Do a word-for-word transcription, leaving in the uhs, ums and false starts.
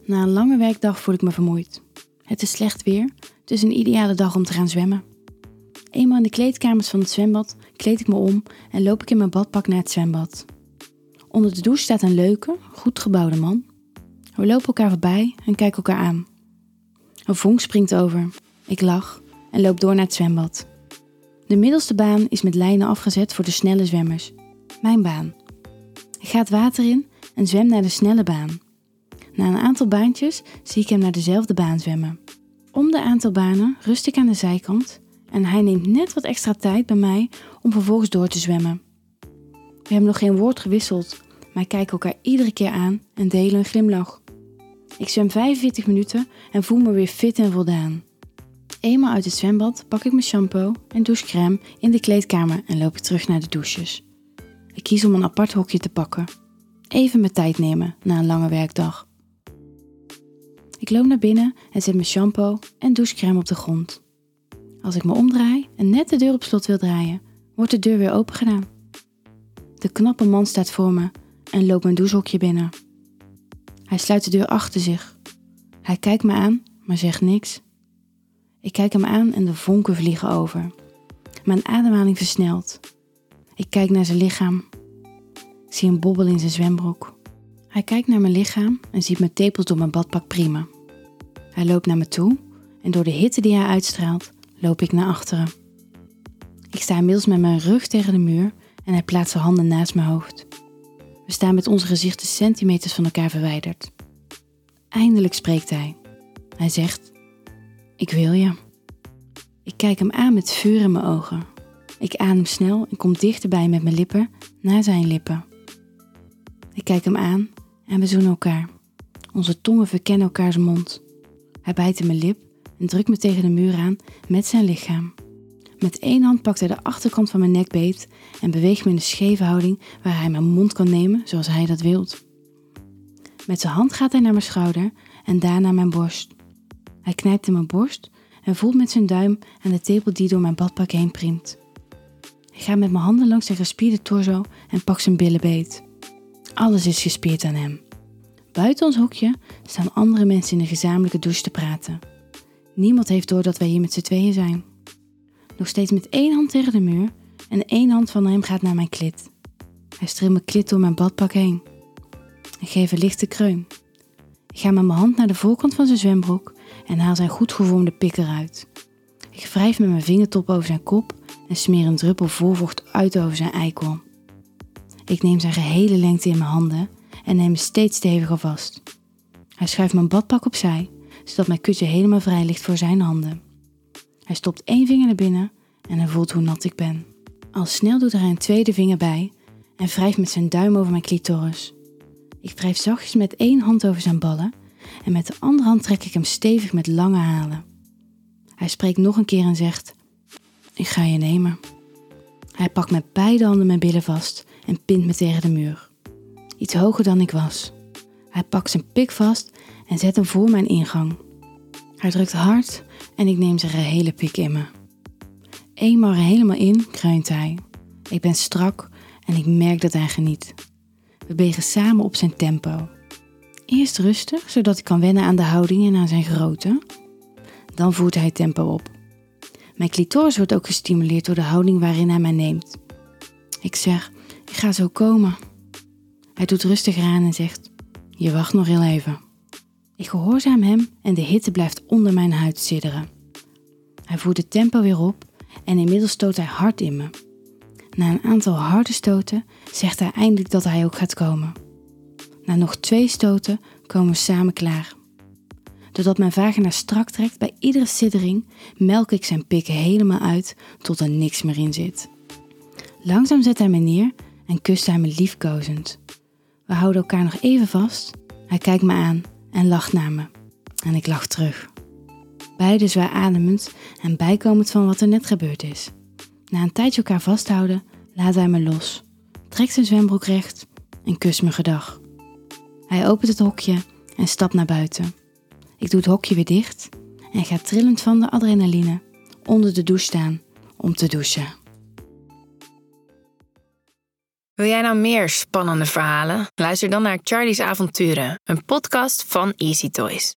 Na een lange werkdag voel ik me vermoeid. Het is slecht weer, dus een ideale dag om te gaan zwemmen. Eenmaal in de kleedkamers van het zwembad kleed ik me om en loop ik in mijn badpak naar het zwembad. Onder de douche staat een leuke, goed gebouwde man. We lopen elkaar voorbij en kijken elkaar aan. Een vonk springt over. Ik lach en loop door naar het zwembad. De middelste baan is met lijnen afgezet voor de snelle zwemmers. Mijn baan. Ik ga het water in en zwem naar de snelle baan. Na een aantal baantjes zie ik hem naar dezelfde baan zwemmen. Om de aantal banen rust ik aan de zijkant en hij neemt net wat extra tijd bij mij om vervolgens door te zwemmen. We hebben nog geen woord gewisseld, maar kijken elkaar iedere keer aan en delen een glimlach. Ik zwem vijfenveertig minuten en voel me weer fit en voldaan. Eenmaal uit het zwembad pak ik mijn shampoo en douchecrème in de kleedkamer en loop ik terug naar de douches. Ik kies om een apart hokje te pakken. Even mijn tijd nemen na een lange werkdag. Ik loop naar binnen en zet mijn shampoo en douchecrème op de grond. Als ik me omdraai en net de deur op slot wil draaien, wordt de deur weer open gedaan. De knappe man staat voor me en loopt mijn douchehokje binnen. Hij sluit de deur achter zich. Hij kijkt me aan, maar zegt niks. Ik kijk hem aan en de vonken vliegen over. Mijn ademhaling versnelt. Ik kijk naar zijn lichaam. Ik zie een bobbel in zijn zwembroek. Hij kijkt naar mijn lichaam en ziet mijn tepels door mijn badpak prima. Hij loopt naar me toe en door de hitte die hij uitstraalt, loop ik naar achteren. Ik sta inmiddels met mijn rug tegen de muur en hij plaatst zijn handen naast mijn hoofd. We staan met onze gezichten centimeters van elkaar verwijderd. Eindelijk spreekt hij. Hij zegt: "Ik wil je." Ik kijk hem aan met vuur in mijn ogen. Ik adem snel en kom dichterbij met mijn lippen naar zijn lippen. Ik kijk hem aan en we zoenen elkaar. Onze tongen verkennen elkaars mond. Hij bijt in mijn lip en drukt me tegen de muur aan met zijn lichaam. Met één hand pakt hij de achterkant van mijn nek beet en beweegt me in een scheve houding waar hij mijn mond kan nemen zoals hij dat wilt. Met zijn hand gaat hij naar mijn schouder en daarna mijn borst. Hij knijpt in mijn borst en voelt met zijn duim aan de tepel die door mijn badpak heen priemt. Ik ga met mijn handen langs zijn gespierde torso en pak zijn billen beet. Alles is gespierd aan hem. Buiten ons hokje staan andere mensen in de gezamenlijke douche te praten. Niemand heeft door dat wij hier met z'n tweeën zijn. Nog steeds met één hand tegen de muur en één hand van hem gaat naar mijn klit. Hij streelt mijn klit door mijn badpak heen. Ik geef een lichte kreun. Ik ga met mijn hand naar de voorkant van zijn zwembroek en haal zijn goed gevormde pik eruit. Ik wrijf met mijn vingertop over zijn kop en smeer een druppel voorvocht uit over zijn eikel. Ik neem zijn gehele lengte in mijn handen en neem hem steeds steviger vast. Hij schuift mijn badpak opzij, zodat mijn kutje helemaal vrij ligt voor zijn handen. Hij stopt één vinger naar binnen en hij voelt hoe nat ik ben. Al snel doet hij een tweede vinger bij en wrijft met zijn duim over mijn clitoris. Ik wrijf zachtjes met één hand over zijn ballen en met de andere hand trek ik hem stevig met lange halen. Hij spreekt nog een keer en zegt: "Ik ga je nemen." Hij pakt met beide handen mijn billen vast en pint me tegen de muur. Iets hoger dan ik was. Hij pakt zijn pik vast en zet hem voor mijn ingang. Hij drukt hard en ik neem zijn gehele pik in me. Eenmaal er helemaal in, kreunt hij. Ik ben strak en ik merk dat hij geniet. We bewegen samen op zijn tempo. Eerst rustig, zodat ik kan wennen aan de houding en aan zijn grootte. Dan voert hij tempo op. Mijn clitoris wordt ook gestimuleerd door de houding waarin hij mij neemt. Ik zeg: "Ik ga zo komen." Hij doet rustiger aan en zegt: "Je wacht nog heel even." Ik gehoorzaam hem en de hitte blijft onder mijn huid sidderen. Hij voert het tempo weer op en inmiddels stoot hij hard in me. Na een aantal harde stoten zegt hij eindelijk dat hij ook gaat komen. Na nog twee stoten komen we samen klaar. Doordat mijn vagina strak trekt bij iedere siddering, melk ik zijn pik helemaal uit tot er niks meer in zit. Langzaam zet hij me neer en kust hij me liefkozend. We houden elkaar nog even vast. Hij kijkt me aan en lacht naar me. En ik lach terug. Beide zwaar ademend en bijkomend van wat er net gebeurd is. Na een tijdje elkaar vasthouden, laat hij me los, trekt zijn zwembroek recht en kust me gedag. Hij opent het hokje en stapt naar buiten. Ik doe het hokje weer dicht en ga trillend van de adrenaline onder de douche staan om te douchen. Wil jij nou meer spannende verhalen? Luister dan naar Charlie's Avonturen, een podcast van Easy Toys.